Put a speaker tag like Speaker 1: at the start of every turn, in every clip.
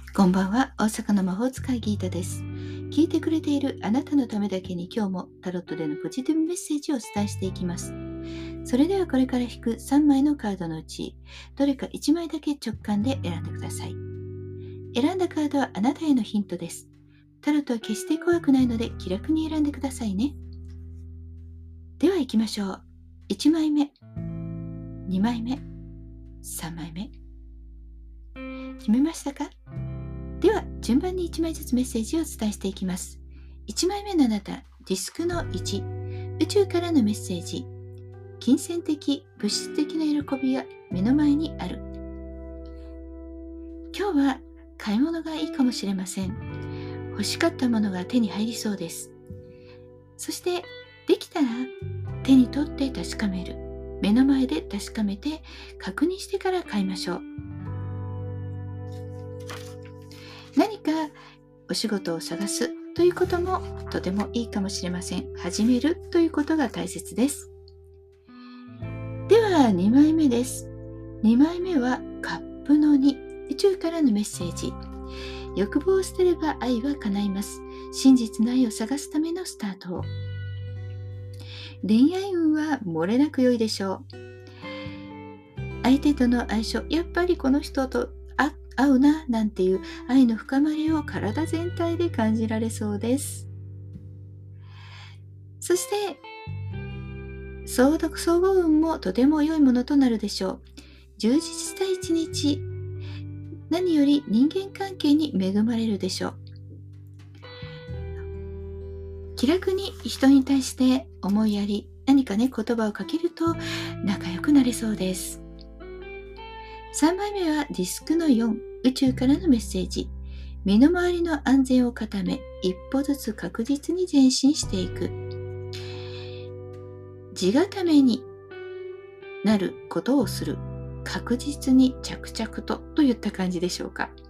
Speaker 1: こんばんは、大阪の魔法使いギータです。聞いてくれているあなたのためだけに今日もタロットでのポジティブメッセージをお伝えしていきます。それではこれから引く3枚のカードのうち、どれか1枚だけ直感で選んでください。選んだカードはあなたへのヒントです。タロットは決して怖くないので気楽に選んでくださいね。では行きましょう。1枚目、2枚目、3枚目。決めましたか？では順番に1枚ずつメッセージをお伝えしていきます。1枚目のあなた、ディスクの1、宇宙からのメッセージ。金銭的、物質的な喜びは目の前にある。今日は買い物がいいかもしれません。欲しかったものが手に入りそうです。そしてできたら手に取って確かめる。目の前で確かめて確認してから買いましょう。何かお仕事を探すということもとてもいいかもしれません。始めるということが大切です。では2枚目です。2枚目はカップの2、宇宙からのメッセージ。欲望を捨てれば愛は叶います。真実の愛を探すためのスタートを。恋愛運は漏れなく良いでしょう。相手との相性、やっぱりこの人と合うななんていう愛の深まりを体全体で感じられそうです。そして総合運もとても良いものとなるでしょう。充実した一日、何より人間関係に恵まれるでしょう。気楽に人に対して思いやり、何かね、言葉をかけると仲良くなれそうです。3枚目はディスクの4、宇宙からのメッセージ。身の回りの安全を固め、一歩ずつ確実に前進していく。地固めになることをする。確実に着々といった感じでしょうか。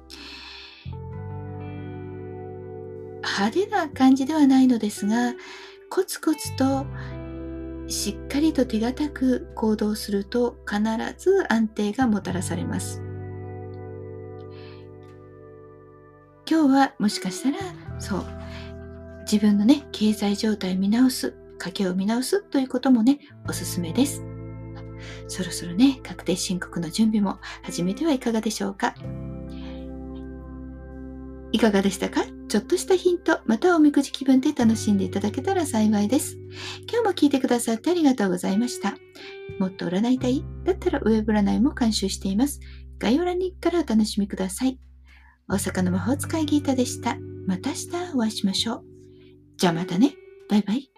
Speaker 1: 派手な感じではないのですが、コツコツとしっかりと手堅く行動すると必ず安定がもたらされます。今日はもしかしたら自分のね、経済状態を見直す、家計を見直すということもね、おすすめです。そろそろね、確定申告の準備も始めてはいかがでしょうか。いかがでしたか？ちょっとしたヒント、またおみくじ気分で楽しんでいただけたら幸いです。今日も聞いてくださってありがとうございました。もっと占いたい？だったらウェブ占いも監修しています。概要欄にからお楽しみください。大阪の魔法使いギータでした。また明日お会いしましょう。じゃあまたね。バイバイ。